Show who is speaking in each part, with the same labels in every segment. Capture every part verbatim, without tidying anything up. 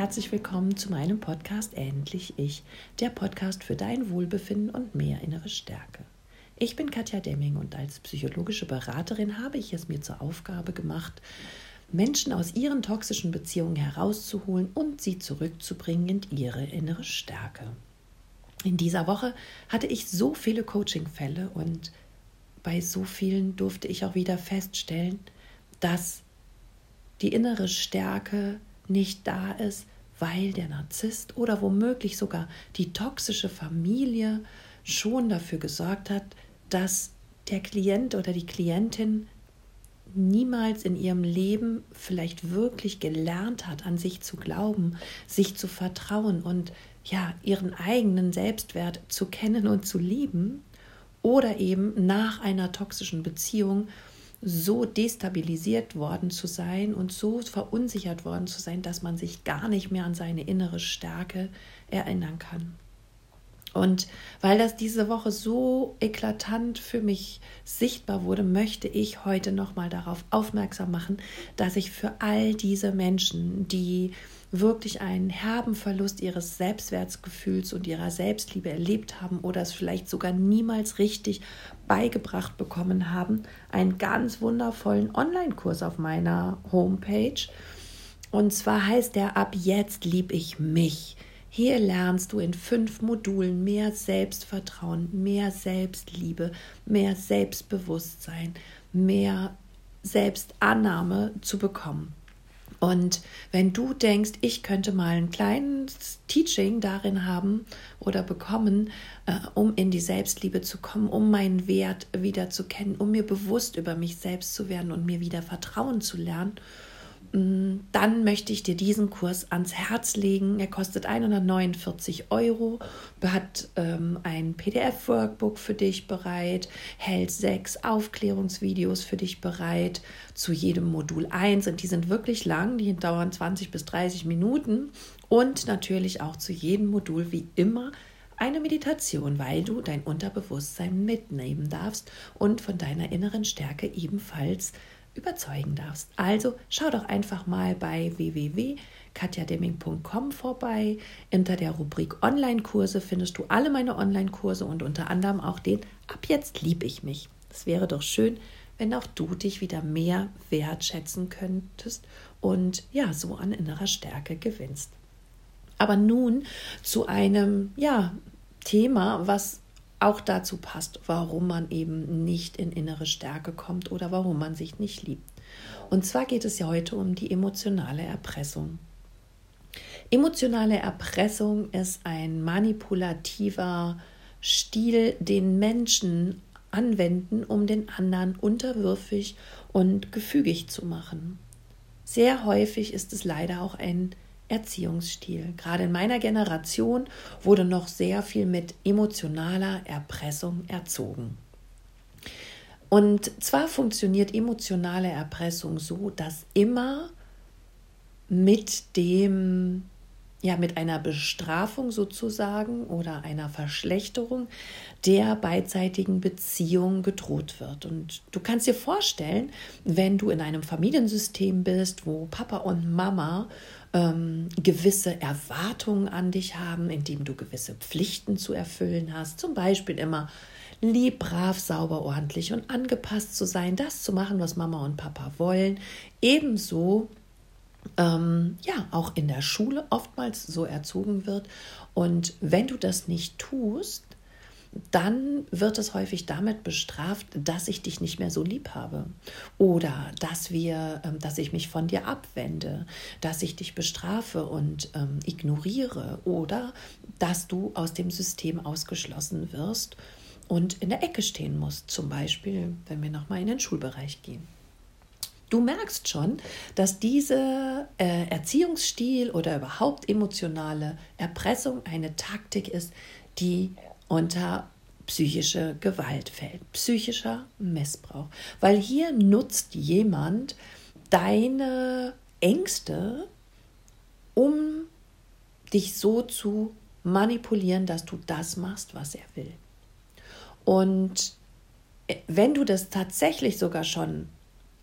Speaker 1: herzlich willkommen zu meinem Podcast Endlich Ich, der Podcast für dein Wohlbefinden und mehr innere Stärke. Ich bin Katja Demming und als psychologische Beraterin habe ich es mir zur Aufgabe gemacht, Menschen aus ihren toxischen Beziehungen herauszuholen und sie zurückzubringen in ihre innere Stärke. In dieser Woche hatte ich so viele Coaching-Fälle und bei so vielen durfte ich auch wieder feststellen, dass die innere Stärke nicht da ist, weil der Narzisst oder womöglich sogar die toxische Familie schon dafür gesorgt hat, dass der Klient oder die Klientin niemals in ihrem Leben vielleicht wirklich gelernt hat, an sich zu glauben, sich zu vertrauen und ja, ihren eigenen Selbstwert zu kennen und zu lieben, oder eben nach einer toxischen Beziehung so destabilisiert worden zu sein und so verunsichert worden zu sein, dass man sich gar nicht mehr an seine innere Stärke erinnern kann. Und weil das diese Woche so eklatant für mich sichtbar wurde, möchte ich heute nochmal darauf aufmerksam machen, dass ich für all diese Menschen, die wirklich einen herben Verlust ihres Selbstwertgefühls und ihrer Selbstliebe erlebt haben oder es vielleicht sogar niemals richtig beigebracht bekommen haben, einen ganz wundervollen Online-Kurs auf meiner Homepage. Und zwar heißt der Ab jetzt lieb ich mich. Hier lernst du in fünf Modulen mehr Selbstvertrauen, mehr Selbstliebe, mehr Selbstbewusstsein, mehr Selbstannahme zu bekommen. Und wenn du denkst, ich könnte mal ein kleines Teaching darin haben oder bekommen, äh, um in die Selbstliebe zu kommen, um meinen Wert wieder zu kennen, um mir bewusst über mich selbst zu werden und mir wieder Vertrauen zu lernen, dann möchte ich dir diesen Kurs ans Herz legen. Er kostet hundertneunundvierzig Euro, hat ähm, ein P D F-Workbook für dich bereit, hält sechs Aufklärungsvideos für dich bereit, zu jedem Modul eins. Und die sind wirklich lang, die dauern zwanzig bis dreißig Minuten. Und natürlich auch zu jedem Modul wie immer eine Meditation, weil du dein Unterbewusstsein mitnehmen darfst und von deiner inneren Stärke ebenfalls überzeugen darfst. Also schau doch einfach mal bei w w w punkt katja demming punkt com vorbei. Unter der Rubrik Online-Kurse findest du alle meine Online-Kurse und unter anderem auch den Ab jetzt lieb ich mich. Es wäre doch schön, wenn auch du dich wieder mehr wertschätzen könntest und ja, so an innerer Stärke gewinnst. Aber nun zu einem ja, Thema, was auch dazu passt, warum man eben nicht in innere Stärke kommt oder warum man sich nicht liebt. Und zwar geht es ja heute um die emotionale Erpressung. Emotionale Erpressung ist ein manipulativer Stil, den Menschen anwenden, um den anderen unterwürfig und gefügig zu machen. Sehr häufig ist es leider auch ein Erziehungsstil. Gerade in meiner Generation wurde noch sehr viel mit emotionaler Erpressung erzogen. Und zwar funktioniert emotionale Erpressung so, dass immer mit dem, ja, mit einer Bestrafung sozusagen oder einer Verschlechterung der beidseitigen Beziehung gedroht wird. Und du kannst dir vorstellen, wenn du in einem Familiensystem bist, wo Papa und Mama ähm, gewisse Erwartungen an dich haben, indem du gewisse Pflichten zu erfüllen hast, zum Beispiel immer lieb, brav, sauber, ordentlich und angepasst zu sein, das zu machen, was Mama und Papa wollen, ebenso Ähm, ja, auch in der Schule oftmals so erzogen wird. Und wenn du das nicht tust, dann wird es häufig damit bestraft, dass ich dich nicht mehr so lieb habe oder dass wir, ähm, dass ich mich von dir abwende, dass ich dich bestrafe und ähm, ignoriere oder dass du aus dem System ausgeschlossen wirst und in der Ecke stehen musst. Zum Beispiel, wenn wir nochmal in den Schulbereich gehen. Du merkst schon, dass dieser äh, Erziehungsstil oder überhaupt emotionale Erpressung eine Taktik ist, die unter psychische Gewalt fällt, psychischer Missbrauch. Weil hier nutzt jemand deine Ängste, um dich so zu manipulieren, dass du das machst, was er will. Und wenn du das tatsächlich sogar schon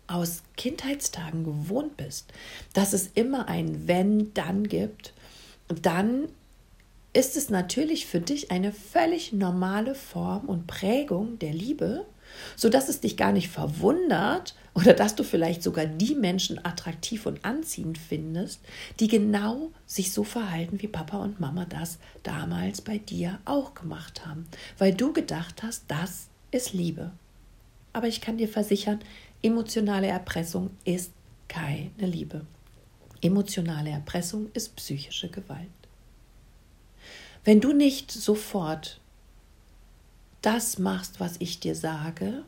Speaker 1: aus Kindheitstagen gewohnt bist, dass es immer ein Wenn, dann gibt, dann ist es natürlich für dich eine völlig normale Form und Prägung der Liebe, sodass es dich gar nicht verwundert oder dass du vielleicht sogar die Menschen attraktiv und anziehend findest, die genau sich so verhalten, wie Papa und Mama das damals bei dir auch gemacht haben, weil du gedacht hast, das ist Liebe. Aber ich kann dir versichern, emotionale Erpressung ist keine Liebe. Emotionale Erpressung ist psychische Gewalt. Wenn du nicht sofort das machst, was ich dir sage,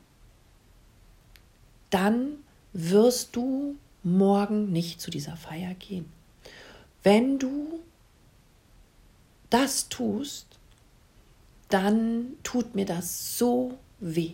Speaker 1: dann wirst du morgen nicht zu dieser Feier gehen. Wenn du das tust, dann tut mir das so weh.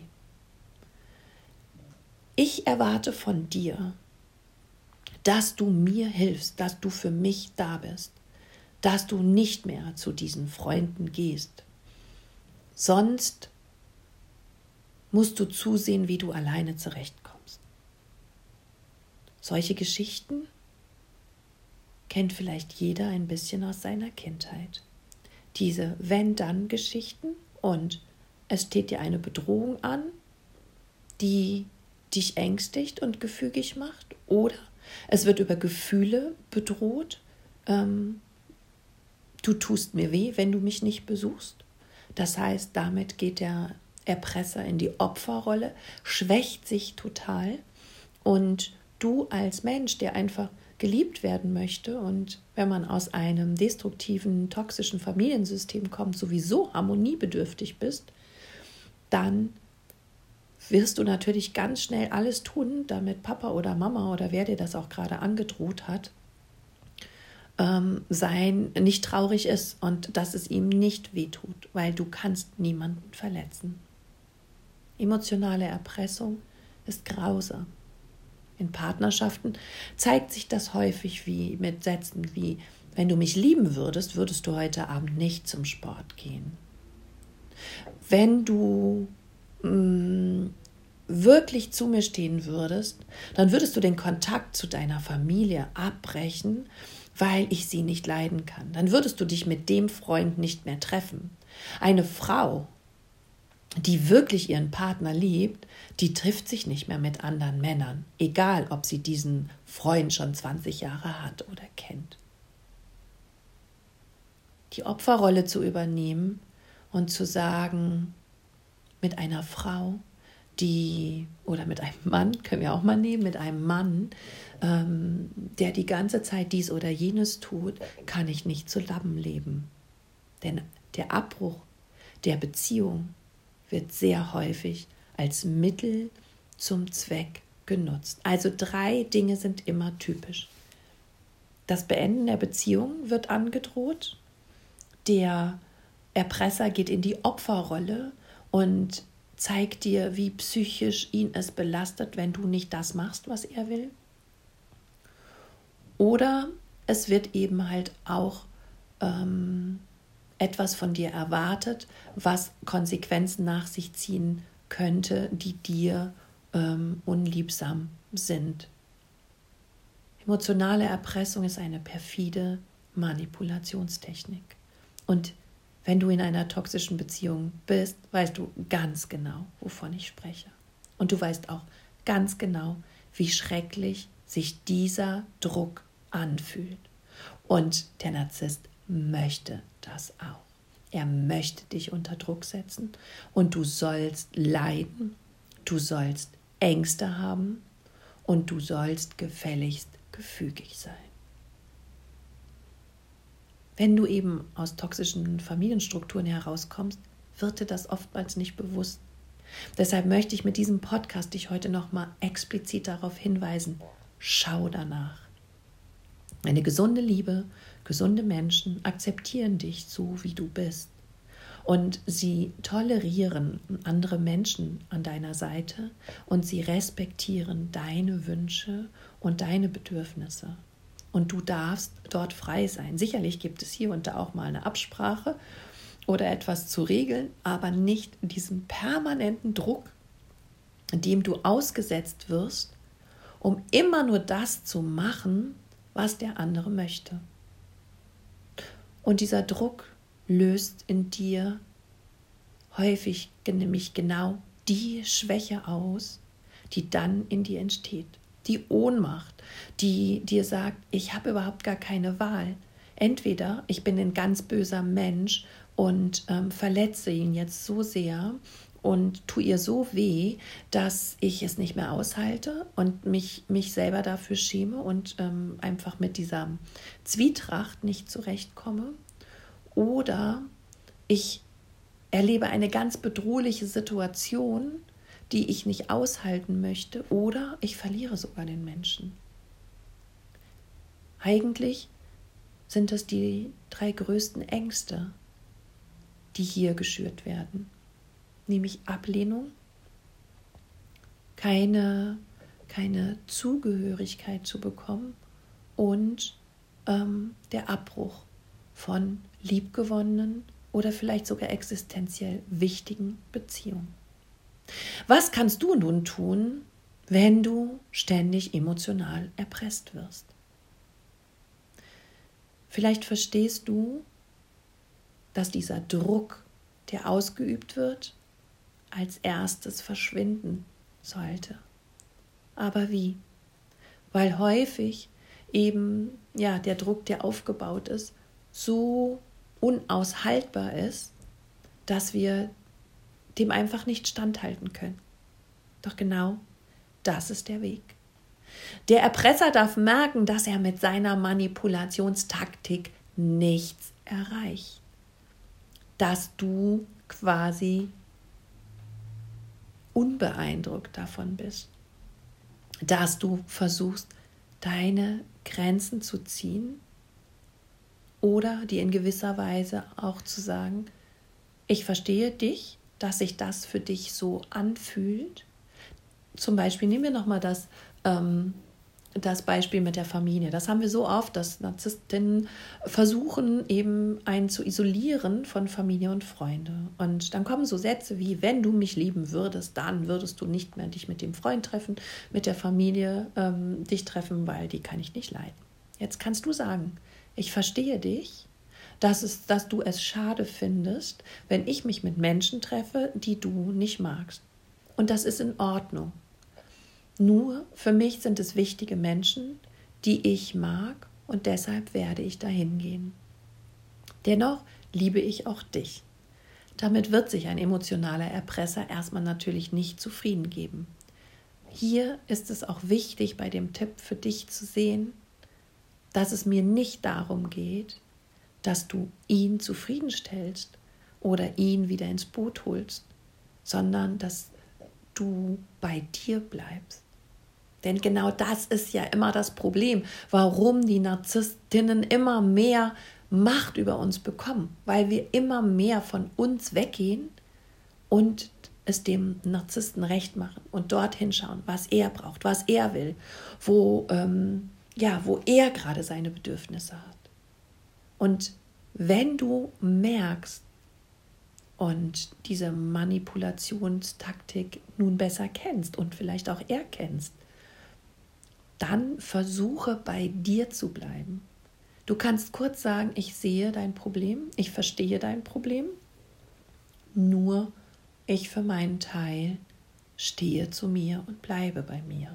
Speaker 1: Ich erwarte von dir, dass du mir hilfst, dass du für mich da bist, dass du nicht mehr zu diesen Freunden gehst. Sonst musst du zusehen, wie du alleine zurechtkommst. Solche Geschichten kennt vielleicht jeder ein bisschen aus seiner Kindheit. Diese Wenn-Dann-Geschichten und es steht dir eine Bedrohung an, die dich ängstigt und gefügig macht, oder es wird über Gefühle bedroht. Ähm, du tust mir weh, wenn du mich nicht besuchst. Das heißt, damit geht der Erpresser in die Opferrolle, schwächt sich total und du als Mensch, der einfach geliebt werden möchte und wenn man aus einem destruktiven, toxischen Familiensystem kommt, sowieso harmoniebedürftig bist, dann wirst du natürlich ganz schnell alles tun, damit Papa oder Mama oder wer dir das auch gerade angedroht hat, ähm, sein nicht traurig ist und dass es ihm nicht wehtut, weil du kannst niemanden verletzen. Emotionale Erpressung ist grausam. In Partnerschaften zeigt sich das häufig wie mit Sätzen wie: Wenn du mich lieben würdest, würdest du heute Abend nicht zum Sport gehen. Wenn du mh, wirklich zu mir stehen würdest, dann würdest du den Kontakt zu deiner Familie abbrechen, weil ich sie nicht leiden kann. Dann würdest du dich mit dem Freund nicht mehr treffen. Eine Frau, die wirklich ihren Partner liebt, die trifft sich nicht mehr mit anderen Männern, egal ob sie diesen Freund schon zwanzig Jahre hat oder kennt. Die Opferrolle zu übernehmen und zu sagen, mit einer Frau, die, oder mit einem Mann, können wir auch mal nehmen, mit einem Mann, ähm, der die ganze Zeit dies oder jenes tut, kann ich nicht zusammenleben. Denn der Abbruch der Beziehung wird sehr häufig als Mittel zum Zweck genutzt. Also drei Dinge sind immer typisch. Das Beenden der Beziehung wird angedroht, der Erpresser geht in die Opferrolle und zeigt dir, wie psychisch ihn es belastet, wenn du nicht das machst, was er will. Oder es wird eben halt auch ähm, etwas von dir erwartet, was Konsequenzen nach sich ziehen könnte, die dir ähm, unliebsam sind. Emotionale Erpressung ist eine perfide Manipulationstechnik. Und wenn du in einer toxischen Beziehung bist, weißt du ganz genau, wovon ich spreche. Und du weißt auch ganz genau, wie schrecklich sich dieser Druck anfühlt. Und der Narzisst möchte das auch. Er möchte dich unter Druck setzen und du sollst leiden, du sollst Ängste haben und du sollst gefälligst gefügig sein. Wenn du eben aus toxischen Familienstrukturen herauskommst, wird dir das oftmals nicht bewusst. Deshalb möchte ich mit diesem Podcast dich heute nochmal explizit darauf hinweisen, schau danach. Eine gesunde Liebe, gesunde Menschen akzeptieren dich so, wie du bist. Und sie tolerieren andere Menschen an deiner Seite und sie respektieren deine Wünsche und deine Bedürfnisse. Und du darfst dort frei sein. Sicherlich gibt es hier und da auch mal eine Absprache oder etwas zu regeln, aber nicht diesen permanenten Druck, dem du ausgesetzt wirst um immer nur das zu machen, was der andere möchte. Und dieser Druck löst in dir häufig nämlich genau die Schwäche aus, die dann in dir entsteht. Die Ohnmacht, die dir sagt, ich habe überhaupt gar keine Wahl. Entweder ich bin ein ganz böser Mensch und ähm, verletze ihn jetzt so sehr und tue ihr so weh, dass ich es nicht mehr aushalte und mich, mich selber dafür schäme und ähm, einfach mit dieser Zwietracht nicht zurechtkomme. Oder ich erlebe eine ganz bedrohliche Situation, die ich nicht aushalten möchte, oder ich verliere sogar den Menschen. Eigentlich sind das die drei größten Ängste, die hier geschürt werden, nämlich Ablehnung, keine, keine Zugehörigkeit zu bekommen und ähm, der Abbruch von liebgewonnenen oder vielleicht sogar existenziell wichtigen Beziehungen. Was kannst du nun tun, wenn du ständig emotional erpresst wirst? Vielleicht verstehst du, dass dieser Druck, der ausgeübt wird, als erstes verschwinden sollte. Aber wie? Weil häufig eben ja, der Druck, der aufgebaut ist, so unaushaltbar ist, dass wir dem einfach nicht standhalten können. Doch genau das ist der Weg. Der Erpresser darf merken, dass er mit seiner Manipulationstaktik nichts erreicht. Dass du quasi unbeeindruckt davon bist. Dass du versuchst, deine Grenzen zu ziehen oder dir in gewisser Weise auch zu sagen, ich verstehe dich, dass sich das für dich so anfühlt. Zum Beispiel nehmen wir nochmal das, ähm, das Beispiel mit der Familie. Das haben wir so oft, dass Narzisstinnen versuchen, eben einen zu isolieren von Familie und Freunde. Und dann kommen so Sätze wie, wenn du mich lieben würdest, dann würdest du nicht mehr dich mit dem Freund treffen, mit der Familie ähm, dich treffen, weil die kann ich nicht leiden. Jetzt kannst du sagen, ich verstehe dich, dass, es, dass du es schade findest, wenn ich mich mit Menschen treffe, die du nicht magst. Und das ist in Ordnung. Nur für mich sind es wichtige Menschen, die ich mag und deshalb werde ich dahin gehen. Dennoch liebe ich auch dich. Damit wird sich ein emotionaler Erpresser erstmal natürlich nicht zufrieden geben. Hier ist es auch wichtig, bei dem Tipp für dich zu sehen, dass es mir nicht darum geht, dass du ihn zufriedenstellst oder ihn wieder ins Boot holst, sondern dass du bei dir bleibst. Denn genau das ist ja immer das Problem, warum die Narzisstinnen immer mehr Macht über uns bekommen, weil wir immer mehr von uns weggehen und es dem Narzissten recht machen und dorthin schauen, was er braucht, was er will, wo, ähm, ja, wo er gerade seine Bedürfnisse hat. Und wenn du merkst und diese Manipulationstaktik nun besser kennst und vielleicht auch erkennst, dann versuche bei dir zu bleiben. Du kannst kurz sagen, ich sehe dein Problem, ich verstehe dein Problem, nur ich für meinen Teil stehe zu mir und bleibe bei mir.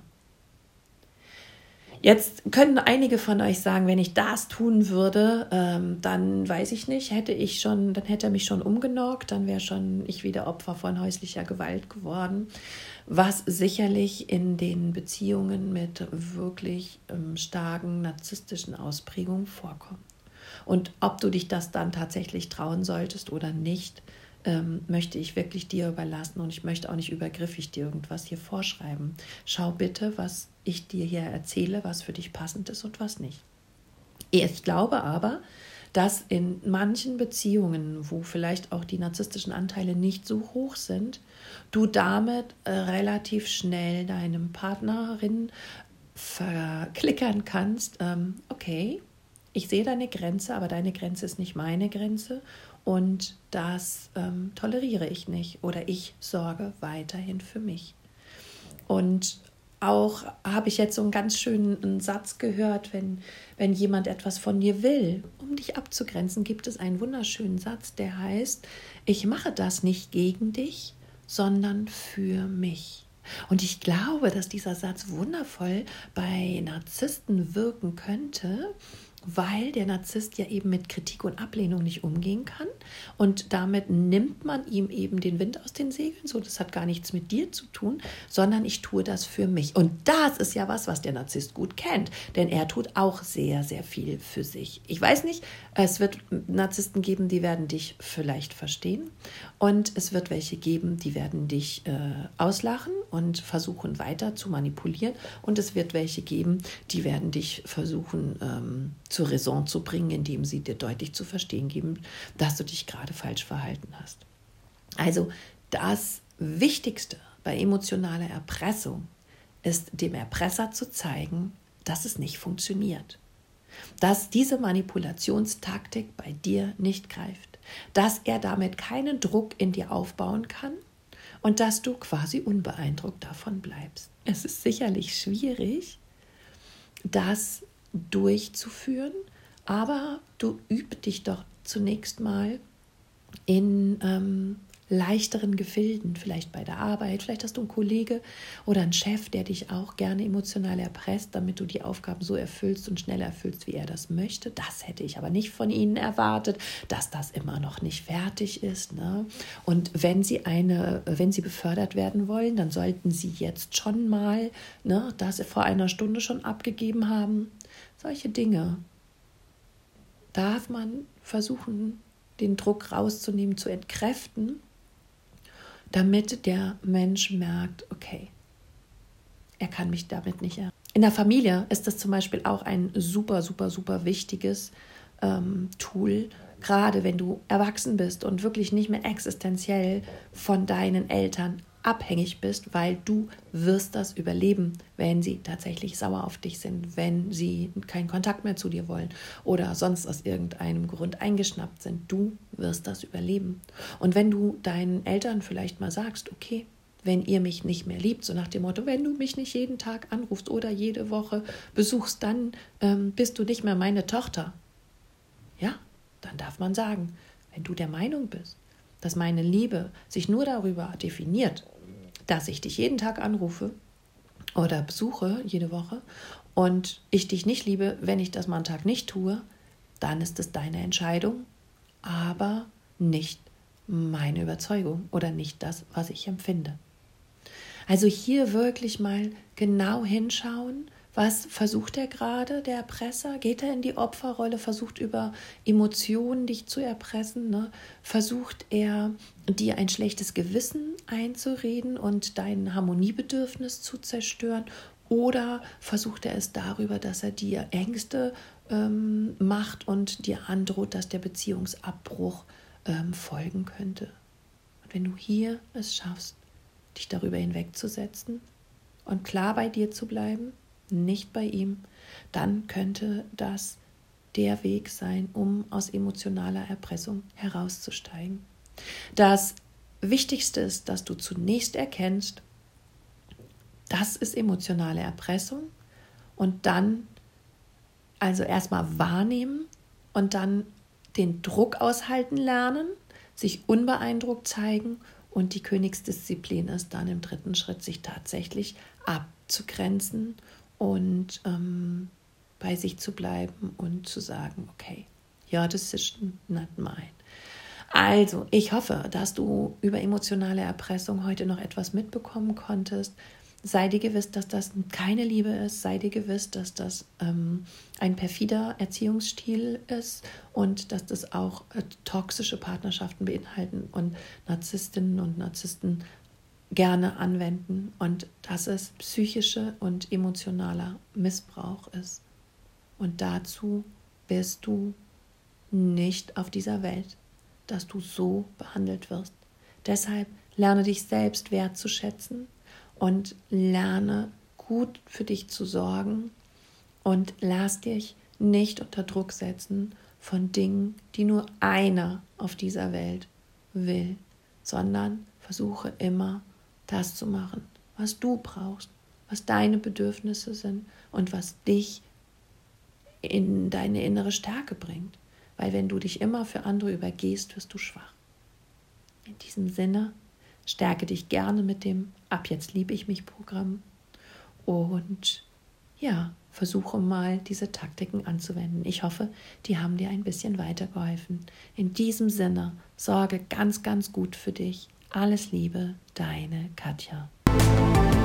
Speaker 1: Jetzt können einige von euch sagen, wenn ich das tun würde, ähm, dann weiß ich nicht, hätte ich schon, dann hätte er mich schon umgenorgt, dann wäre schon ich wieder Opfer von häuslicher Gewalt geworden, was sicherlich in den Beziehungen mit wirklich ähm, starken narzisstischen Ausprägungen vorkommt. Und ob du dich das dann tatsächlich trauen solltest oder nicht, ähm, möchte ich wirklich dir überlassen und ich möchte auch nicht übergriffig dir irgendwas hier vorschreiben. Schau bitte, was ich dir hier erzähle, was für dich passend ist und was nicht. Ich glaube aber, dass in manchen Beziehungen, wo vielleicht auch die narzisstischen Anteile nicht so hoch sind, du damit äh, relativ schnell deinem Partnerin verklickern kannst, ähm, okay, ich sehe deine Grenze, aber deine Grenze ist nicht meine Grenze und das ähm, toleriere ich nicht oder ich sorge weiterhin für mich. Und auch habe ich jetzt so einen ganz schönen Satz gehört, wenn, wenn jemand etwas von dir will, um dich abzugrenzen, gibt es einen wunderschönen Satz, der heißt, ich mache das nicht gegen dich, sondern für mich. Und ich glaube, dass dieser Satz wundervoll bei Narzissten wirken könnte, weil der Narzisst ja eben mit Kritik und Ablehnung nicht umgehen kann und damit nimmt man ihm eben den Wind aus den Segeln, so das hat gar nichts mit dir zu tun, sondern ich tue das für mich. Und das ist ja was, was der Narzisst gut kennt, denn er tut auch sehr, sehr viel für sich. Ich weiß nicht, es wird Narzissten geben, die werden dich vielleicht verstehen und es wird welche geben, die werden dich äh, auslachen und versuchen weiter zu manipulieren und es wird welche geben, die werden dich versuchen ähm, zur Raison zu bringen, indem sie dir deutlich zu verstehen geben, dass du dich gerade falsch verhalten hast. Also das Wichtigste bei emotionaler Erpressung ist, dem Erpresser zu zeigen, dass es nicht funktioniert. Dass diese Manipulationstaktik bei dir nicht greift. Dass er damit keinen Druck in dir aufbauen kann und dass du quasi unbeeindruckt davon bleibst. Es ist sicherlich schwierig, das durchzuführen, aber du üb dich doch zunächst mal in ähm, leichteren Gefilden, vielleicht bei der Arbeit, vielleicht hast du einen Kollege oder einen Chef, der dich auch gerne emotional erpresst, damit du die Aufgaben so erfüllst und schneller erfüllst, wie er das möchte. Das hätte ich aber nicht von ihnen erwartet, dass das immer noch nicht fertig ist. Ne? Und wenn sie eine, wenn sie befördert werden wollen, dann sollten sie jetzt schon mal ne, das vor einer Stunde schon abgegeben haben. Solche Dinge darf man versuchen, den Druck rauszunehmen, zu entkräften, damit der Mensch merkt, okay, er kann mich damit nicht erreichen. In der Familie ist das zum Beispiel auch ein super, super, super wichtiges ähm, Tool, gerade wenn du erwachsen bist und wirklich nicht mehr existenziell von deinen Eltern abhängig bist, weil du wirst das überleben, wenn sie tatsächlich sauer auf dich sind, wenn sie keinen Kontakt mehr zu dir wollen oder sonst aus irgendeinem Grund eingeschnappt sind. Du wirst das überleben. Und wenn du deinen Eltern vielleicht mal sagst, okay, wenn ihr mich nicht mehr liebt, so nach dem Motto, wenn du mich nicht jeden Tag anrufst oder jede Woche besuchst, dann ähm, bist du nicht mehr meine Tochter. Ja, dann darf man sagen, wenn du der Meinung bist, dass meine Liebe sich nur darüber definiert, dass ich dich jeden Tag anrufe oder besuche jede Woche und ich dich nicht liebe, wenn ich das mal einen Tag nicht tue, dann ist es deine Entscheidung, aber nicht meine Überzeugung oder nicht das, was ich empfinde. Also hier wirklich mal genau hinschauen, was versucht er gerade, der Erpresser? Geht er in die Opferrolle, versucht über Emotionen dich zu erpressen? Ne? Versucht er, dir ein schlechtes Gewissen einzureden und dein Harmoniebedürfnis zu zerstören? Oder versucht er es darüber, dass er dir Ängste ähm, macht und dir androht, dass der Beziehungsabbruch ähm, folgen könnte? Und wenn du hier es schaffst, dich darüber hinwegzusetzen und klar bei dir zu bleiben, nicht bei ihm, dann könnte das der Weg sein, um aus emotionaler Erpressung herauszusteigen. Das Wichtigste ist, dass du zunächst erkennst, das ist emotionale Erpressung und dann also erstmal wahrnehmen und dann den Druck aushalten lernen, sich unbeeindruckt zeigen und die Königsdisziplin ist dann im dritten Schritt, sich tatsächlich abzugrenzen und ähm, bei sich zu bleiben und zu sagen, okay, your decision, not mine. Also, ich hoffe, dass du über emotionale Erpressung heute noch etwas mitbekommen konntest. Sei dir gewiss, dass das keine Liebe ist. Sei dir gewiss, dass das ähm, ein perfider Erziehungsstil ist und dass das auch äh, toxische Partnerschaften beinhalten und Narzisstinnen und Narzissten gerne anwenden und dass es psychischer und emotionaler Missbrauch ist. Und dazu bist du nicht auf dieser Welt, dass du so behandelt wirst. Deshalb lerne dich selbst wertzuschätzen und lerne gut für dich zu sorgen und lass dich nicht unter Druck setzen von Dingen, die nur einer auf dieser Welt will, sondern versuche immer das zu machen, was du brauchst was deine Bedürfnisse sind und was dich in deine innere Stärke bringt. Weil wenn du dich immer für andere übergehst, wirst du schwach. In diesem Sinne, stärke dich gerne mit dem Ab jetzt liebe ich mich Programm und ja, versuche mal diese Taktiken anzuwenden. Ich hoffe, die haben dir ein bisschen weitergeholfen. In diesem Sinne, sorge ganz, ganz gut für dich. Alles Liebe, deine Katja.